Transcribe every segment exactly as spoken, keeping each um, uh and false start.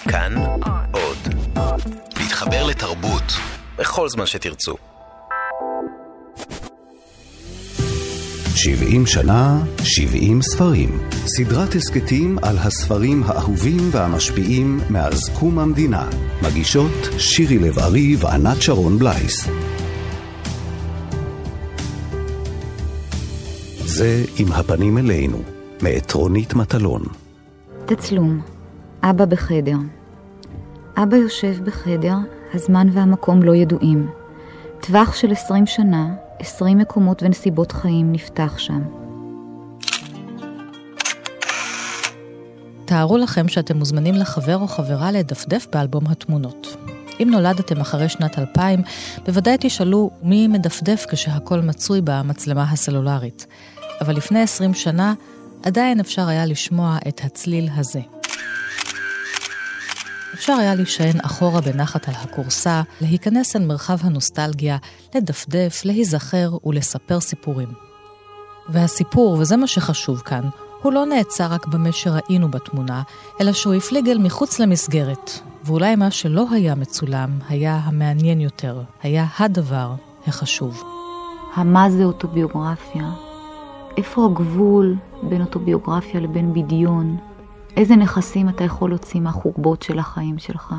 כאן עוד. להתחבר לתרבות בכל זמן שתרצו. שבעים שנה, שבעים ספרים. סדרת הסקטים על הספרים האהובים והמשפיעים מאז קום המדינה. מגישות שירי לב-ארי וענת שרון בלייס. זה עם הפנים אלינו, מאת רונית מטלון. תצלום. אבא בחדר. אבא יושב בחדר, הזמן והמקום לא ידועים. טווח של עשרים שנה, עשרים מקומות ונסיבות חיים נפתח שם. תארו לכם שאתם מוזמנים לחבר או חברה לדפדף באלבום התמונות. אם נולדתם אחרי שנת אלפיים, בוודאי תשאלו מי מדפדף כשהכל מצוי במצלמה הסלולרית. אבל לפני עשרים שנה, עדיין אפשר היה לשמוע את הצליל הזה. אפשר היה להישען אחורה בנחת על הקורסה, להיכנס אל מרחב הנוסטלגיה, לדפדף, להיזכר ולספר סיפורים. והסיפור, וזה מה שחשוב כאן, הוא לא נעצר רק במה שראינו בתמונה, אלא שהוא הפליג אל מחוץ למסגרת. ואולי מה שלא היה מצולם היה המעניין יותר, היה הדבר החשוב. מה זה אוטוביוגרפיה? איפה הגבול בין אוטוביוגרפיה לבין בדיון? איזה נכסים אתה יכול להוציא מהחורבות של החיים שלך?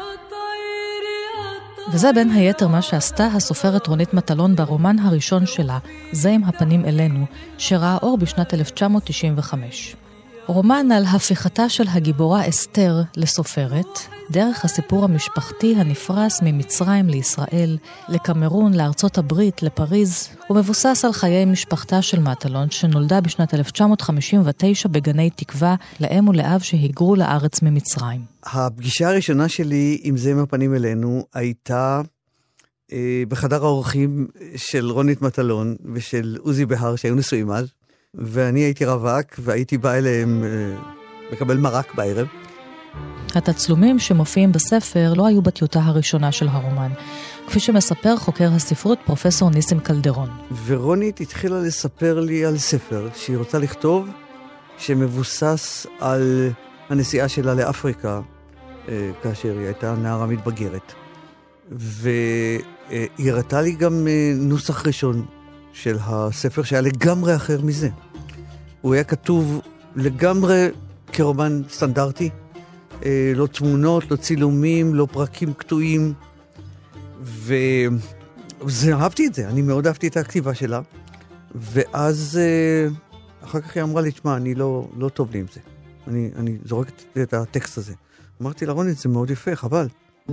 וזה בין היתר מה שעשתה הסופרת רונית מטלון ברומן הראשון שלה, זה עם הפנים אלינו, שראה אור בשנת אלף תשע מאות תשעים וחמש. רומן על הפיכתה של הגיבורה אסתר לסופרת, דרך הסיפור המשפחתי הנפרס ממצרים לישראל, לקמרון, לארצות הברית, לפריז, ומבוסס על חיי משפחתה של מטלון, שנולדה בשנת אלף תשע מאות חמישים ותשע בגני תקווה, לאם ולאב שהיגרו לארץ ממצרים. הפגישה הראשונה שלי עם זה עם הפנים אלינו הייתה אה, בחדר האורחים של רונית מטלון ושל עוזי בהר, שהיו נשואים אז, ואני הייתי רווק והייתי בא אליהם אה, לקבל מרק בערב. התצלומים שמופיעים בספר לא היו בטיוטה הראשונה של הרומן, כפי שמספר חוקר הספרות פרופסור ניסים קלדרון. ורונית התחילה לספר לי על ספר שהיא רוצה לכתוב, שמבוסס על הנסיעה שלה לאפריקה, אה, כאשר היא הייתה נערה מתבגרת. והיא הראתה לי גם אה, נוסח ראשון של הספר שהיה לגמרי אחר מזה. הוא היה כתוב לגמרי כרומן סטנדרטי, אה, לא תמונות, לא צילומים, לא פרקים קטועים, וזה, אהבתי את זה, אני מאוד אהבתי את הכתיבה שלה, ואז אה, אחר כך היא אמרה לי, תשמע, אני לא, לא טוב לי עם זה, אני, אני זורקת את הטקסט הזה. אמרתי לה, רונית, זה מאוד יפה, חבל.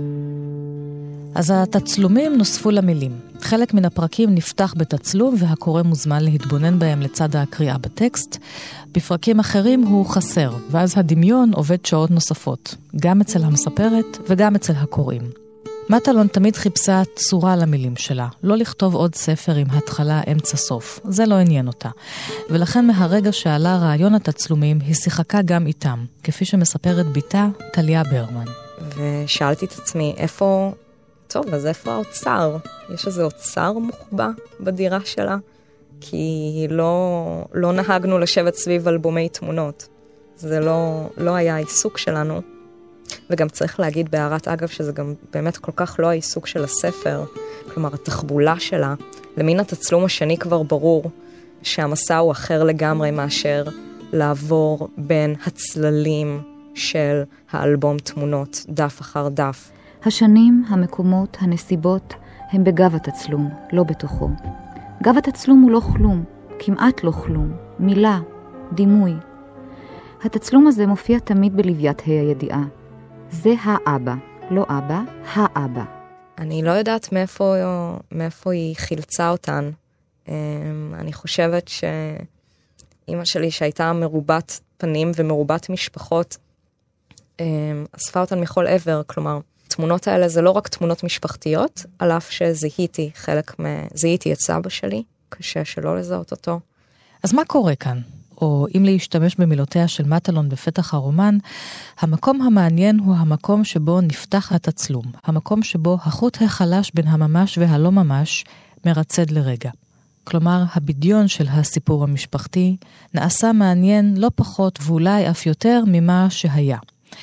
אז התצלומים נוספו למילים. חלק מן הפרקים נפתח בתצלום והקורא מוזמן להתבונן בהם לצד הקריאה בטקסט. בפרקים אחרים הוא חסר, ואז הדמיון עובד שעות נוספות, גם אצל המספרת וגם אצל הקוראים. מטלון תמיד חיפשה צורה למילים שלה, לא לכתוב עוד ספר עם התחלה, אמצע, סוף. זה לא עניין אותה. ולכן מהרגע שעלה רעיון התצלומים, היא שיחקה גם איתם, כפי שמספרת ביתה טליה ברמן. ושאלתי את עצמי, איפה, טוב, אז איפה האוצר? יש איזה אוצר מוחבא בדירה שלה? כי לא, לא נהגנו לשבת סביב אלבומי תמונות. זה לא, לא היה העיסוק שלנו. וגם צריך להגיד בהערת אגב, שזה גם באמת כל כך לא העיסוק של הספר, כלומר התחבולה שלה. למין התצלום השני כבר ברור שהמסע הוא אחר לגמרי מאשר לעבור בין הצללים של האלבום תמונות, דף אחר דף. השנים, המקומות, הנסיבות, הם בגב התצלום, לא בתוכו. גב התצלום הוא לא כלום, כמעט לא כלום, מילה, דימוי. התצלום הזה מופיע תמיד בלוויית ה' הידיעה. זה האבא, לא אבא, האבא. אני לא יודעת מאיפה, מאיפה היא חילצה אותן. אני חושבת שאמא שלי שהייתה מרובת פנים ומרובת משפחות, אספה אותן מכל עבר, כלומר, תמונות האלה זה לא רק תמונות משפחתיות, על אף שזיהיתי חלק מ... זיהיתי את סבא שלי, קשה שלא לזהות אותו. אז מה קורה כאן? או אם להשתמש במילותיה של מטלון בפתח הרומן, המקום המעניין הוא המקום שבו נפתח התצלום, המקום שבו החוט החלש בין הממש והלא ממש מרצד לרגע. כלומר, הבדיון של הסיפור המשפחתי נעשה מעניין לא פחות ואולי אף יותר ממה שהיה.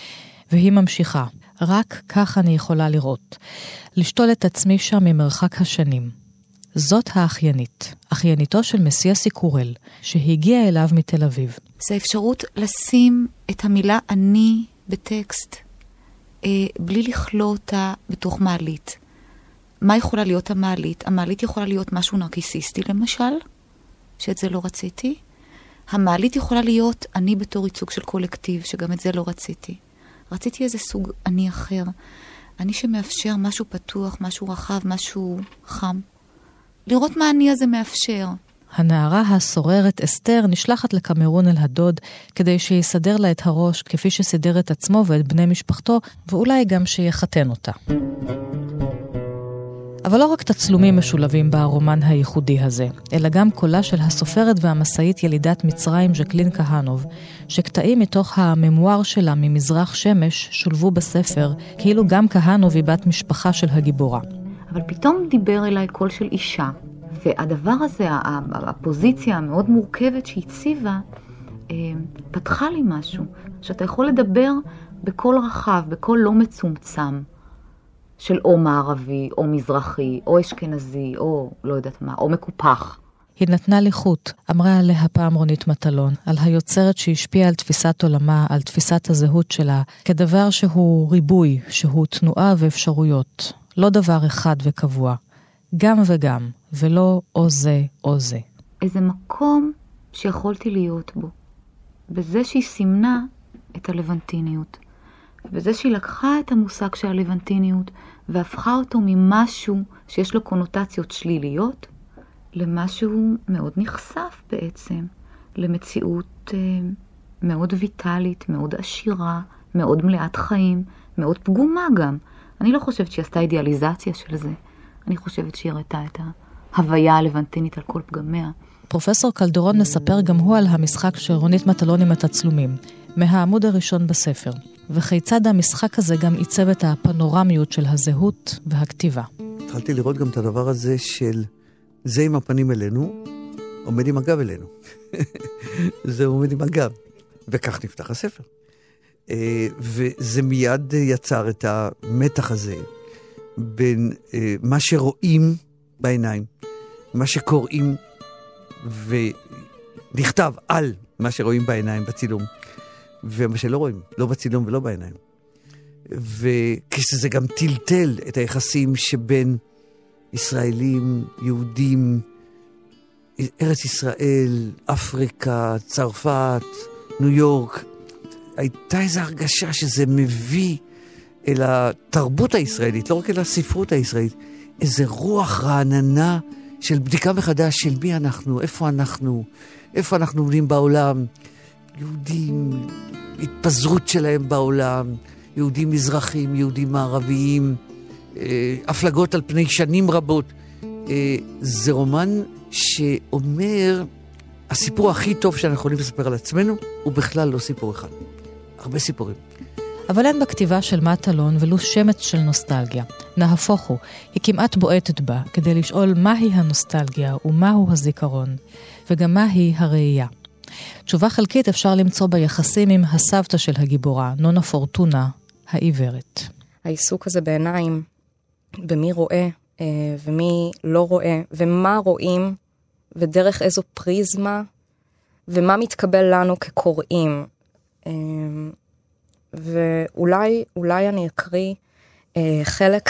והיא ממשיכה. רק כך אני יכולה לראות. לשתול את עצמי שם ממרחק השנים. זאת האחיינית, אחייניתו של מסייסי קורל, שהגיע אליו מתל אביב. זה האפשרות לשים את המילה אני בטקסט, אה, בלי לכלוא אותה בתוך מעלית. מה יכולה להיות המעלית? המעלית יכולה להיות משהו נרקיסיסטי למשל, שאת זה לא רציתי. המעלית יכולה להיות אני בתור ייצוג של קולקטיב, שגם את זה לא רציתי. רציתי איזה סוג אני אחר. אני שמאפשר משהו פתוח, משהו רחב, משהו חם. לראות מה אני הזה מאפשר. הנערה הסוררת אסתר נשלחת לקמרון אל הדוד כדי שיסדר לה את הראש כפי שסידר את עצמו ואת בני משפחתו, ואולי גם שיחתן אותה. אבל לא רק תצלומים משולבים ברומן הייחודי הזה, אלא גם קולה של הסופרת והמסעית ילידת מצרים ז'קלין כהנוב, שקטעים מתוך הממואר שלה ממזרח שמש שולבו בספר, כאילו גם כהנוב היא בת משפחה של הגיבורה. אבל פתאום דיבר אליי קול של אישה, והדבר הזה, הפוזיציה המאוד מורכבת שהציבה, פתחה לי משהו, שאתה יכול לדבר בקול רחב, בקול לא מצומצם, של או מערבי, או מזרחי, או אשכנזי, או לא יודעת מה, או מקופח. היא נתנה לי חוט, אמרה עליה פעם רונית מטלון, על היוצרת שהשפיעה על תפיסת עולמה, על תפיסת הזהות שלה, כדבר שהוא ריבוי, שהוא תנועה ואפשרויות. לא דבר אחד וקבוע, גם וגם, ולא או זה או זה. איזה מקום שיכולתי להיות בו, בזה שהיא סימנה את הלבנטיניות, ובזה שהיא לקחה את המושג של הלבנטיניות, והפכה אותו ממשהו שיש לו קונוטציות שליליות, למשהו מאוד נחשף בעצם, למציאות אה, מאוד ויטלית, מאוד עשירה, מאוד מלאת חיים, מאוד פגומה גם. אני לא חושבת שהיא עשתה אידיאליזציה של זה. אני חושבת שהיא הראתה את ההוויה הלבנטינית על כל פגמיה. פרופסור קלדרון מספר גם הוא על המשחק של רונית מטלון עם התצלומים, מהעמוד הראשון בספר, וכיצד המשחק הזה גם עיצב את הפנורמיות של הזהות והכתיבה. התחלתי לראות גם את הדבר הזה של זה עם הפנים אלינו, עומד עם הגב אלינו. זה עומד עם הגב. וכך נפתח הספר. וזה מיד יצר את המתח הזה בין מה שרואים בעיניים, מה שקוראים ונכתב על מה שרואים בעיניים בצילום, ומה שלא רואים, לא בצילום ולא בעיניים. וכשזה גם טלטל את היחסים שבין ישראלים, יהודים, ארץ ישראל, אפריקה, צרפת, ניו יורק, הייתה איזו הרגשה שזה מביא אל התרבות הישראלית, לא רק אל הספרות הישראלית, איזו רוח רעננה של בדיקה מחדש של מי אנחנו, איפה אנחנו, איפה אנחנו עומדים בעולם, יהודים, התפזרות שלהם בעולם, יהודים מזרחים, יהודים מערביים, הפלגות על פני שנים רבות. זה רומן שאומר, הסיפור הכי טוב שאנחנו יכולים לספר על עצמנו, הוא בכלל לא סיפור אחד. הרבה סיפורים. אבל אין בכתיבה של מטלון ולו שמץ של נוסטלגיה. נהפוך הוא, היא כמעט בועטת בה, כדי לשאול מהי הנוסטלגיה ומהו הזיכרון, וגם מהי הראייה. תשובה חלקית אפשר למצוא ביחסים עם הסבתא של הגיבורה, נונה פורטונה, העיוורת. העיסוק הזה בעיניים, במי רואה ומי לא רואה, ומה רואים, ודרך איזו פריזמה, ומה מתקבל לנו כקוראים. ואולי אולי אני אקריא חלק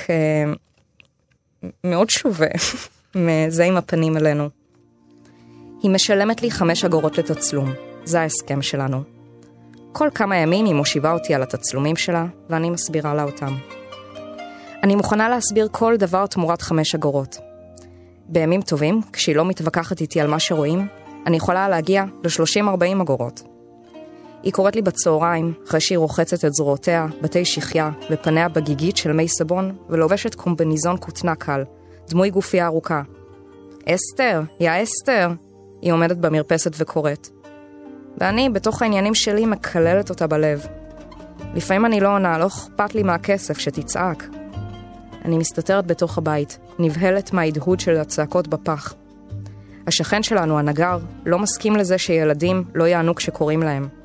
מאוד שווה מזה עם הפנים אלינו. היא משלמת לי חמש אגורות לתצלום. זה ההסכם שלנו. כל כמה ימים היא מושיבה אותי על התצלומים שלה, ואני מסבירה לה אותם. אני מוכנה להסביר כל דבר תמורת חמש אגורות. בימים טובים, כשהיא לא מתווכחת איתי על מה שרואים, אני יכולה להגיע ל-שלושים ארבעים אגורות. היא קוראת לי בצהריים, אחרי שהיא רוחצת את זרועותיה, בתי שחיה, ופניה בגיגית של מי סבון, ולובשת קומבניזון כותנה קל, דמוי גופיה ארוכה. אסתר, יא אסתר, היא עומדת במרפסת וקוראת. ואני, בתוך העניינים שלי, מקללת אותה בלב. לפעמים אני לא עונה, לא אכפת לי מהכסף שתצעק. אני מסתתרת בתוך הבית, נבהלת מההדהוד של הצעקות בפח. השכן שלנו, הנגר, לא מסכים לזה שילדים לא יענו כשקוראים להם.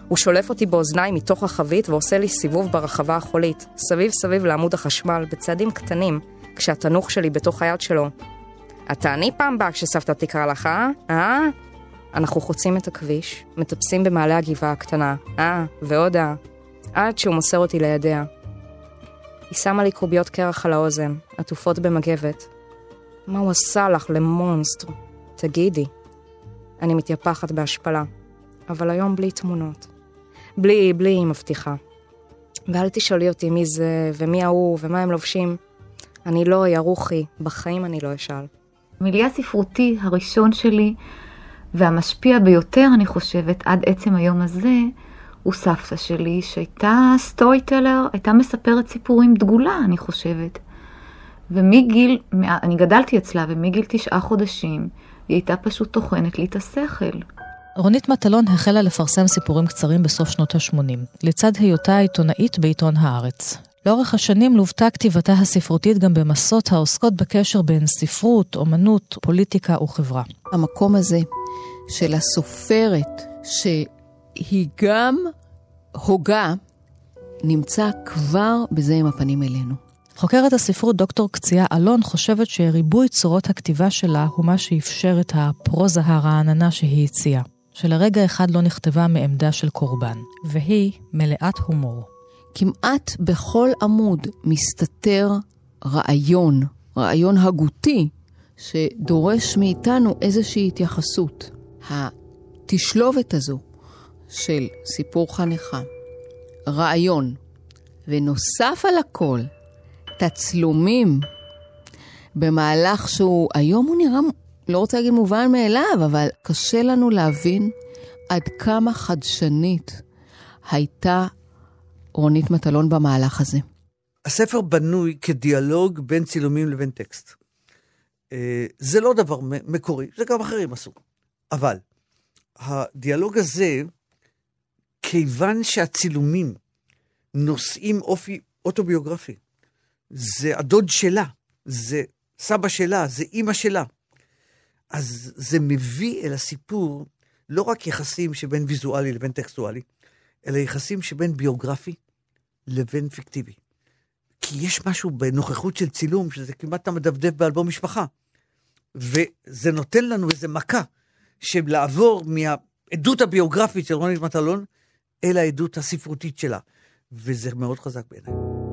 הוא שולף אותי באוזניים מתוך החבית ועושה לי סיבוב ברחבה החולית, סביב סביב לעמוד החשמל, בצעדים קטנים, כשהתנוך שלי בתוך היד שלו. אתה אני פעם בא כשסבתא תקרא לך, אה? אה? אנחנו חוצים את הכביש, מטפסים במעלה הגבעה הקטנה, אה? ועוד אה? עד שהוא מוסר אותי לידיה. היא שמה לי קוביות קרח על האוזן, עטופות במגבת. מה הוא עשה לך למונסטר? תגידי. אני מתייפחת בהשפלה, אבל היום בלי תמונות. בלי, בלי, היא מבטיחה. ואל תשאלי אותי מי זה, ומי ההוא, ומה הם לובשים. אני לא, ירוחי, בחיים אני לא אשאל. מילי הספרותי הראשון שלי, והמשפיע ביותר, אני חושבת, עד עצם היום הזה, הוא סבתא שלי, שהייתה סטורי טלר, הייתה מספרת סיפורים דגולה, אני חושבת. ומגיל, אני גדלתי אצלה, ומגיל תשעה חודשים, היא הייתה פשוט תוכנת לי את השכל. רונית מטלון החלה לפרסם סיפורים קצרים בסוף שנות ה-שמונים, לצד היותה עיתונאית בעיתון הארץ. לאורך השנים לוותה כתיבתה הספרותית גם במסות העוסקות בקשר בין ספרות, אומנות, פוליטיקה וחברה. המקום הזה של הסופרת, שהיא גם הוגה, נמצא כבר בזה עם הפנים אלינו. חוקרת הספרות דוקטור קציעה אלון חושבת שריבוי צורות הכתיבה שלה הוא מה שאפשר את הפרוזה הרעננה שהיא הציעה, שלרגע אחד לא נכתבה מעמדה של קורבן, והיא מלאת הומור. כמעט בכל עמוד מסתתר רעיון, רעיון הגותי, שדורש מאיתנו איזושהי התייחסות. התשלובת הזו של סיפור חניכה, רעיון, ונוסף על הכל, תצלומים, במהלך שהוא, היום הוא נראה, לא רוצה להגיד מובן מאליו, אבל קשה לנו להבין עד כמה חדשנית הייתה רונית מטלון במהלך הזה. הספר בנוי כדיאלוג בין צילומים לבין טקסט. זה לא דבר מקורי, זה גם אחרים עשו. אבל הדיאלוג הזה, כיוון שהצילומים נושאים אופי אוטוביוגרפי, זה הדוד שלה, זה סבא שלה, זה אמא שלה. אז זה מביא אל הסיפור לא רק יחסים שבין ויזואלי לבין טקסטואלי, אלא יחסים שבין ביוגרפי לבין פיקטיבי. כי יש משהו בנוכחות של צילום, שזה כמעט אתה מדפדף באלבום משפחה. וזה נותן לנו איזו מכה, של לעבור מהעדות הביוגרפית של רונית מטלון, אל העדות הספרותית שלה. וזה מאוד חזק בעיניי.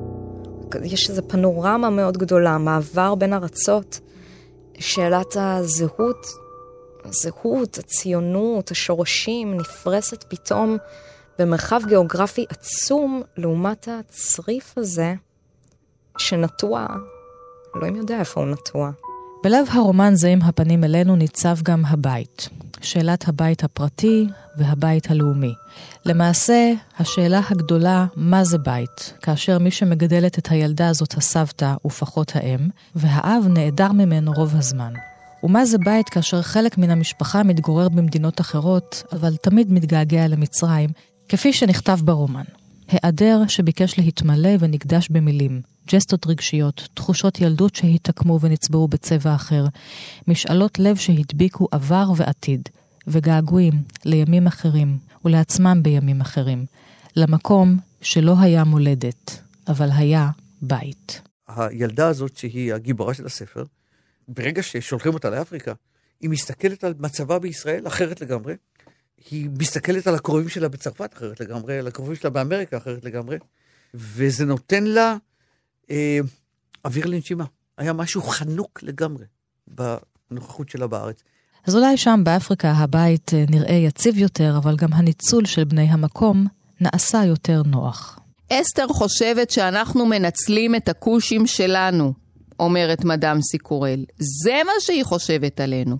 יש איזו פנורמה מאוד גדולה, מעבר בין ארצות, שאלת הזהות, הזהות, הציונות, השורשים, נפרסת פתאום במרחב גיאוגרפי עצום, לעומת הצריף הזה, שנטוע, אלוהים יודע איפה הוא נטוע. בלב הרומן זה עם הפנים אלינו ניצב גם הבית. שאלת הבית הפרטי והבית הלאומי. למעשה, השאלה הגדולה, מה זה בית? כאשר מי שמגדלת את הילדה הזאת הסבתא ופחות האם, והאב נעדר ממנו רוב הזמן. ומה זה בית כאשר חלק מן המשפחה מתגורר במדינות אחרות, אבל תמיד מתגעגע למצרים, כפי שנכתב ברומן. העדר שביקש להתמלא ונקדש במילים, ג'סטות רגשיות, תחושות ילדות שהתקמו ונצבעו בצבע אחר, משאלות לב שהדביקו עבר ועתיד, וגעגועים לימים אחרים ולעצמם בימים אחרים, למקום שלא היה מולדת, אבל היה בית. הילדה הזאת שהיא הגיבורה של הספר, ברגע ששולחים אותה לאפריקה, היא מסתכלת על מצבה בישראל אחרת לגמרי, היא מסתכלת על הקרובים שלה בצרפת אחרת לגמרי, על הקרובים שלה באמריקה אחרת לגמרי, וזה נותן לה אה, אוויר לנשימה. היה משהו חנוק לגמרי בנוכחות שלה בארץ. אז אולי שם באפריקה הבית נראה יציב יותר, אבל גם הניצול של בני המקום נעשה יותר נוח. אסתר חושבת שאנחנו מנצלים את הקושים שלנו, אומרת מדאם סיקורל. זה מה שהיא חושבת עלינו.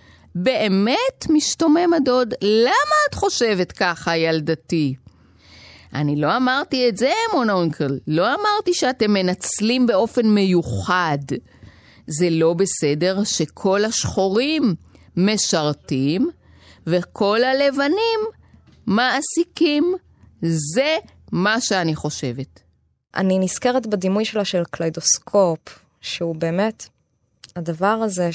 באמת משתומם הדוד, למה את חושבת ככה ילדתי? אני לא אמרתי את זה, מונונקל. לא אמרתי שאתם מנצלים באופן מיוחד. זה לא בסדר שכל השחורים משרתים וכל הלבנים מעסיקים. זה מה שאני חושבת. אני נזכרת בדימוי שלה של קליידוסקופ, שהוא באמת הדבר הזה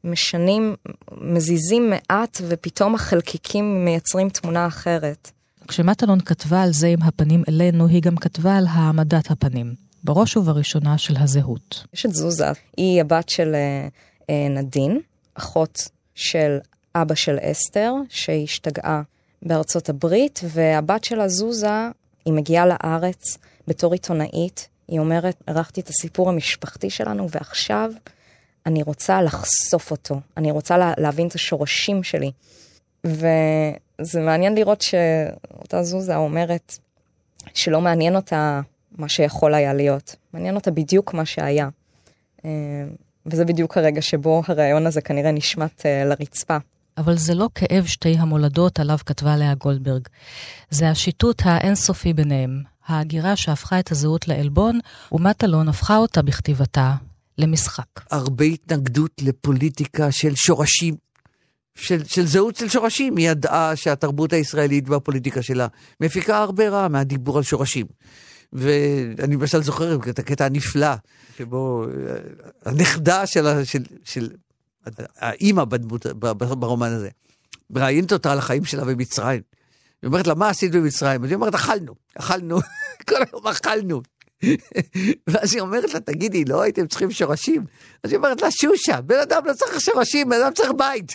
שמשנים, מזיזים מעט ופתאום החלקיקים מייצרים תמונה אחרת. כשמטלון כתבה על זה עם הפנים אלינו, היא גם כתבה על העמדת הפנים, בראש ובראשונה של הזהות. יש את זוזה, היא הבת של אה, נדין, אחות של אבא של אסתר, שהשתגעה בארצות הברית, והבת של זוזה, היא מגיעה לארץ בתור עיתונאית, היא אומרת, ערכתי את הסיפור המשפחתי שלנו, ועכשיו אני רוצה לחשוף אותו, אני רוצה לה, להבין את השורשים שלי. וזה מעניין לראות שאותה זוזה אומרת, שלא מעניין אותה מה שיכול היה להיות, מעניין אותה בדיוק מה שהיה. וזה בדיוק הרגע שבו הרעיון הזה כנראה נשמט לרצפה. אבל זה לא כאב שתי המולדות עליו כתבה לאה גולדברג. זה השיטוט האינסופי ביניהם, ההגירה שהפכה את הזהות לאלבון, ומטלון הפכה אותה בכתיבתה למשחק. הרבה התנגדות לפוליטיקה של שורשים, של, של זהות של שורשים. היא ידעה שהתרבות הישראלית והפוליטיקה שלה מפיקה הרבה רע מהדיבור על שורשים. ואני למשל זוכר את הקטע הנפלא, שבו הנכדה של, של, של האמא בדמות, ברומן הזה, ראיינת אותה על החיים שלה במצרים. היא אומרת לה, מה עשית במצרים? אז היא אומרת, אכלנו, אכלנו, כל היום אכלנו. ואז היא אומרת לה, תגידי, לא הייתם צריכים שורשים? אז היא אומרת לה, שושה, בן אדם לא צריך שורשים, בן אדם צריך בית.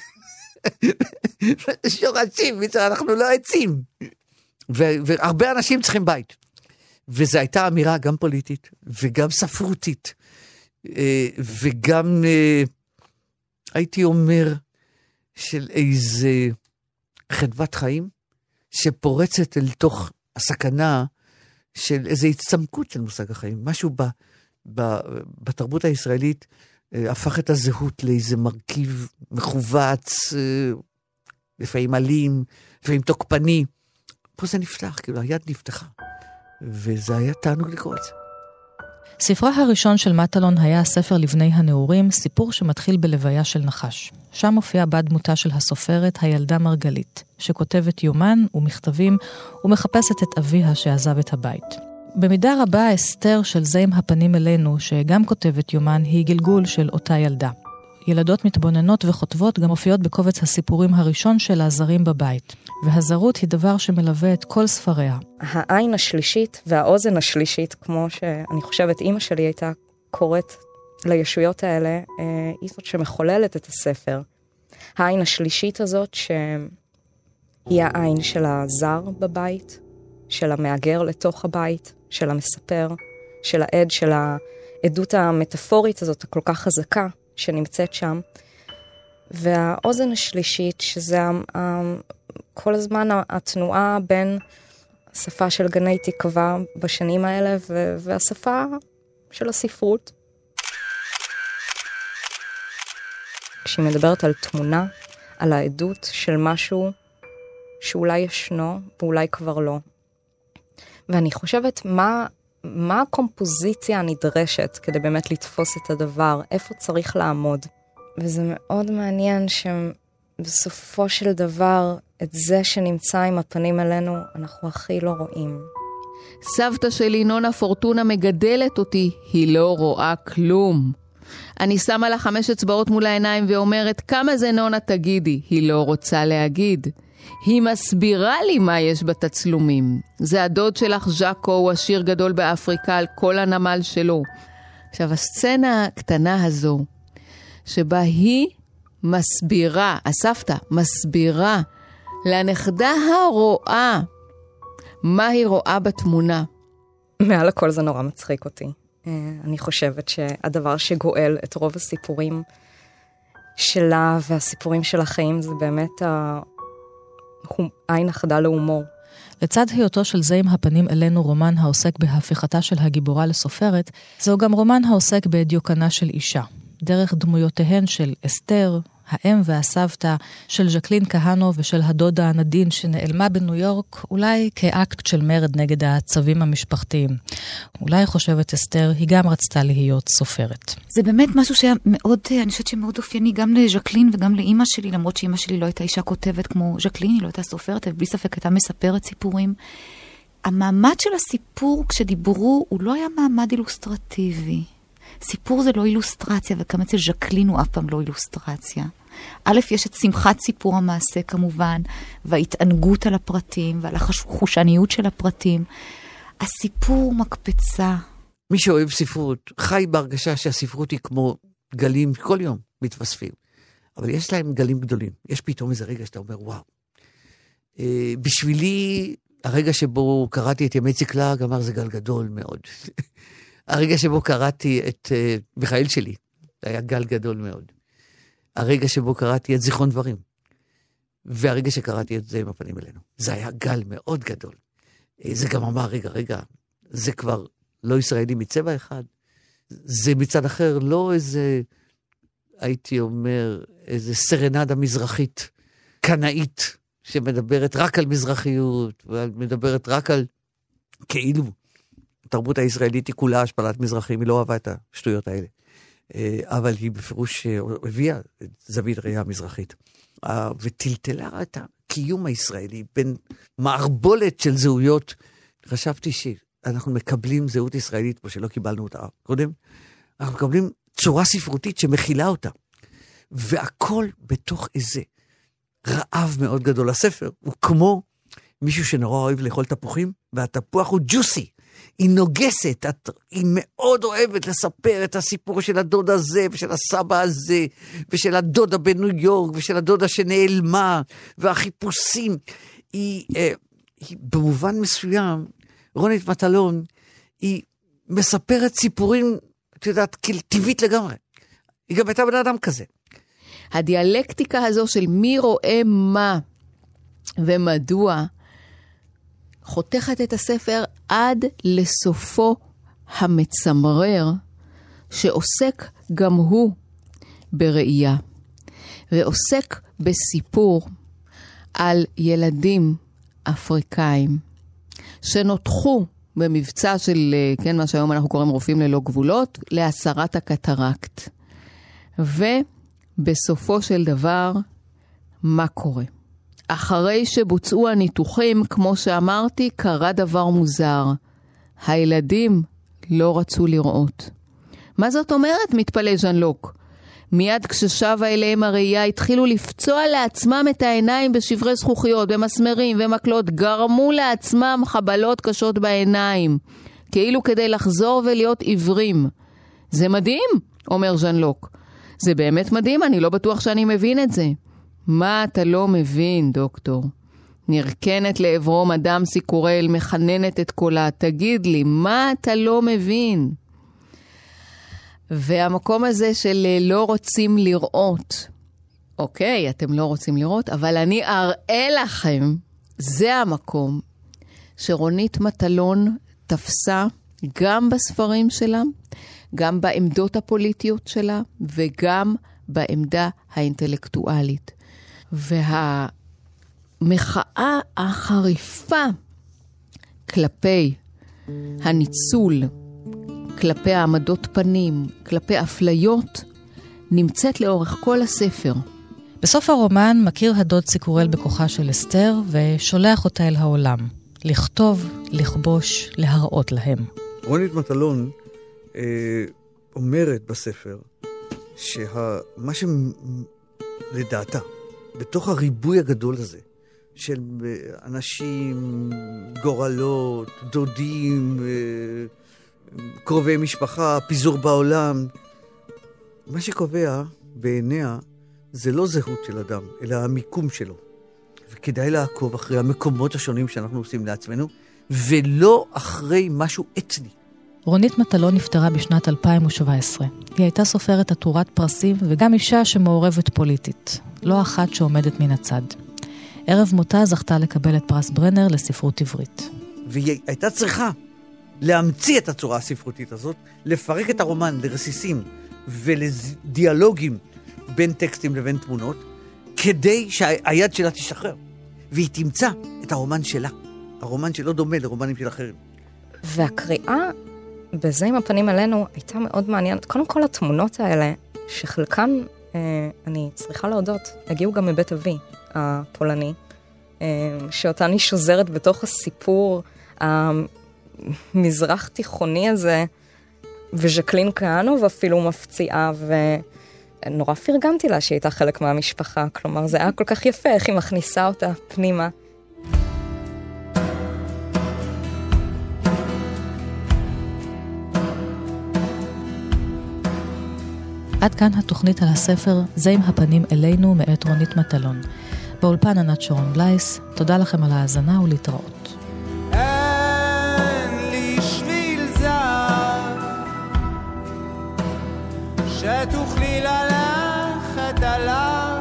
שורשים, אנחנו לא עצים. והרבה אנשים צריכים בית. וזו הייתה אמירה גם פוליטית, וגם ספרותית, וגם, הייתי אומר, של איזה חדוות חיים, שפורצת אל תוך הסכנה של איזו הצטמקות של מושג החיים. משהו ב, ב, בתרבות הישראלית הפך את הזהות לאיזה מרכיב מחובץ, לפעמים אלים, לפעמים תוקפני. פה זה נפתח, כאילו היד נפתחה. וזה היה תענוג לקרוא את זה. ספרה הראשון של מטלון היה הספר לבני הנעורים, סיפור שמתחיל בלוויה של נחש. שם מופיעה בה דמותה של הסופרת הילדה מרגלית, שכותבת יומן ומכתבים ומחפשת את אביה שעזב את הבית. במידה רבה אסתר של זה עם הפנים אלינו, שגם כותבת יומן, היא גלגול של אותה ילדה. ילדות מתבוננות וכותבות גם מופיעות בקובץ הסיפורים הראשון של הזרים בבית, והזרות היא דבר שמלווה את כל ספריה. העין השלישית והאוזן השלישית, כמו שאני חושבת אמא שלי הייתה קוראת לישויות האלה, היא זאת שמחוללת את הספר. העין השלישית הזאת שהיא העין של הזר בבית, של המאגר לתוך הבית, של המספר, של העד, של העדות המטאפורית הזאת הכל כך חזקה, שנמצאת שם, והאוזן השלישית, שזה כל הזמן התנועה בין השפה של גני תקווה בשנים האלה, והשפה של הספרות. כשהיא מדברת על תמונה, על העדות של משהו שאולי ישנו, ואולי כבר לא. ואני חושבת מה... מה הקומפוזיציה הנדרשת כדי באמת לתפוס את הדבר, איפה צריך לעמוד. וזה מאוד מעניין שבסופו של דבר, את זה שנמצא עם הפנים אלינו, אנחנו הכי לא רואים. סבתא שלי נונה פורטונה מגדלת אותי, היא לא רואה כלום. אני שמה לה חמש אצבעות מול העיניים ואומרת, כמה זה נונה תגידי? היא לא רוצה להגיד. היא מסבירה לי מה יש בתצלומים. זה הדוד שלך ז'אקו, הוא עשיר גדול באפריקה על כל הנמל שלו. עכשיו, הסצנה הקטנה הזו, שבה היא מסבירה, הסבתא מסבירה לנכדה הרואה, מה היא רואה בתמונה. מעל הכל זה נורא מצחיק אותי. אני חושבת שהדבר שגואל את רוב הסיפורים שלה והסיפורים של החיים זה באמת ה... עין אחדה להומור. לצד היותו של זה עם הפנים אלינו רומן העוסק בהפיכתה של הגיבורה לסופרת, זהו גם רומן העוסק בדיוקנה של אישה. דרך דמויותיהן של אסתר, האם והסבתא, של ז'קלין כהנו ושל הדודה נדין שנעלמה בניו יורק, אולי כאקט של מרד נגד הצווים המשפחתיים. אולי חושבת אסתר, היא גם רצתה להיות סופרת. זה באמת משהו שהיה מאוד, אני חושבת שמאוד אופייני גם לז'קלין וגם לאמא שלי, למרות שאמא שלי לא הייתה אישה כותבת כמו ז'קלין, היא לא הייתה סופרת, ובלי ספק הייתה מספרת סיפורים. המעמד של הסיפור כשדיברו הוא לא היה מעמד אילוסטרטיבי. סיפור זה לא אילוסטרציה, וכמה אצל ז'קלין הוא אף פעם לא אילוסטרציה. א', יש את שמחת סיפור המעשה כמובן, וההתענגות על הפרטים, ועל החושניות של הפרטים. הסיפור מקפצה. מי שאוהב ספרות, חי בהרגשה שהספרות היא כמו גלים כל יום מתווספים. אבל יש להם גלים גדולים. יש פתאום איזה רגע שאתה אומר, וואו. אה, בשבילי, הרגע שבו קראתי את ימי ציקלג, אמר זה גל גדול מאוד. הרגע שבו קראתי את אה, מיכאל שלי, זה היה גל גדול מאוד. הרגע שבו קראתי את זיכרון דברים. והרגע שקראתי את זה עם הפנים אלינו. זה היה גל מאוד גדול. אה, זה גם אמר, רגע, רגע, זה כבר לא ישראלי מצבע אחד. זה מצד אחר לא איזה, הייתי אומר, איזה סרנדה מזרחית, קנאית, שמדברת רק על מזרחיות, ומדברת רק על כאילו. התרבות הישראלית היא כולה השפלת מזרחים, היא לא אהבה את השטויות האלה. אבל היא בפירוש הביאה זווית ראייה מזרחית. וטלטלה את הקיום הישראלי בין מערבולת של זהויות. חשבתי שאנחנו מקבלים זהות ישראלית פה שלא קיבלנו אותה קודם. אנחנו מקבלים צורה ספרותית שמכילה אותה. והכל בתוך איזה רעב מאוד גדול. הספר הוא כמו מישהו שנורא אוהב לאכול תפוחים, והתפוח הוא ג'וסי. היא נוגסת, היא מאוד אוהבת לספר את הסיפור של הדוד הזה, ושל הסבא הזה, ושל הדודה בניו יורק, ושל הדודה שנעלמה, והחיפושים. היא, אה, היא במובן מסוים, רונית מטלון, היא מספרת סיפורים, את יודעת, טבעית לגמרי. היא גם הייתה בן אדם כזה. הדיאלקטיקה הזו של מי רואה מה ומדוע, חותכת את הספר עד לסופו המצמרר, שעוסק גם הוא בראייה, ועוסק בסיפור על ילדים אפריקאים, שנותחו במבצע של, כן, מה שהיום אנחנו קוראים רופאים ללא גבולות, להסרת הקטרקט. ובסופו של דבר, מה קורה? אחרי שבוצעו הניתוחים, כמו שאמרתי, קרה דבר מוזר. הילדים לא רצו לראות. מה זאת אומרת? מתפלא ז'אן לוק. מיד כששבה אליהם הראייה, התחילו לפצוע לעצמם את העיניים בשברי זכוכיות, במסמרים ומקלות, גרמו לעצמם חבלות קשות בעיניים, כאילו כדי לחזור ולהיות עיוורים. זה מדהים, אומר ז'אן לוק. זה באמת מדהים, אני לא בטוח שאני מבין את זה. מה אתה לא מבין, דוקטור? נרקנת לעברו מדם סיקורל, מחננת את קולה. תגיד לי, מה אתה לא מבין? והמקום הזה של לא רוצים לראות, אוקיי, אתם לא רוצים לראות, אבל אני אראה לכם, זה המקום שרונית מטלון תפסה גם בספרים שלה, גם בעמדות הפוליטיות שלה, וגם בעמדה האינטלקטואלית. והמחאה החריפה כלפי הניצול, כלפי העמדות פנים, כלפי אפליות, נמצאת לאורך כל הספר. בסוף הרומן מכיר הדוד סיקורל בכוחה של אסתר ושולח אותה אל העולם. לכתוב, לכבוש, להראות להם. רונית מטלון אה, אומרת בספר שמה שלדעתה, בתוך הריבוי הגדול הזה, של אנשים, גורלות, דודים, קרובי משפחה, פיזור בעולם, מה שקובע בעיניה זה לא זהות של אדם, אלא המיקום שלו. וכדאי לעקוב אחרי המקומות השונים שאנחנו עושים לעצמנו, ולא אחרי משהו אתני. רונית מטלון נפטרה בשנת אלפיים שבע עשרה. היא הייתה סופרת עטורת פרסים וגם אישה שמעורבת פוליטית, לא אחת שעומדת מן הצד. ערב מותה זכתה לקבל את פרס ברנר לספרות עברית. והיא הייתה צריכה להמציא את הצורה הספרותית הזאת, לפרק את הרומן לרסיסים ולדיאלוגים בין טקסטים לבין תמונות, כדי שהיד שלה תשתחרר. והיא תמצא את הרומן שלה, הרומן שלא דומה לרומנים של אחרים. והקריאה בזה עם הפנים עלינו הייתה מאוד מעניינת. קודם כל התמונות האלה, שחלקן, אה, אני צריכה להודות, הגיעו גם מבית אבי הפולני, אה, שאותה אני שוזרת בתוך הסיפור המזרח תיכוני הזה, וז'קלין קאנו ואפילו מפציעה, נורא פרגנתי לה שהיא הייתה חלק מהמשפחה, כלומר זה היה כל כך יפה איך היא מכניסה אותה פנימה. עד כאן התוכנית על הספר "זה עם הפנים אלינו" מאת רונית מטלון. באולפן ענת שרון בלייס, תודה לכם על ההאזנה ולהתראות. אין לי שביל זר שתוכלי ללכת עליו,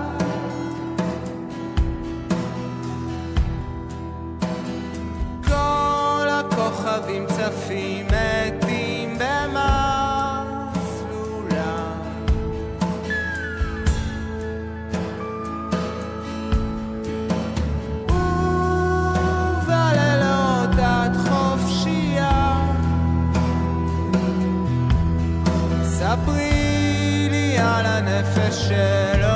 כל הכוכבים צפים מתים במסלולה, ובלילות את חופשייה, ספרי לי על הנפש שלו.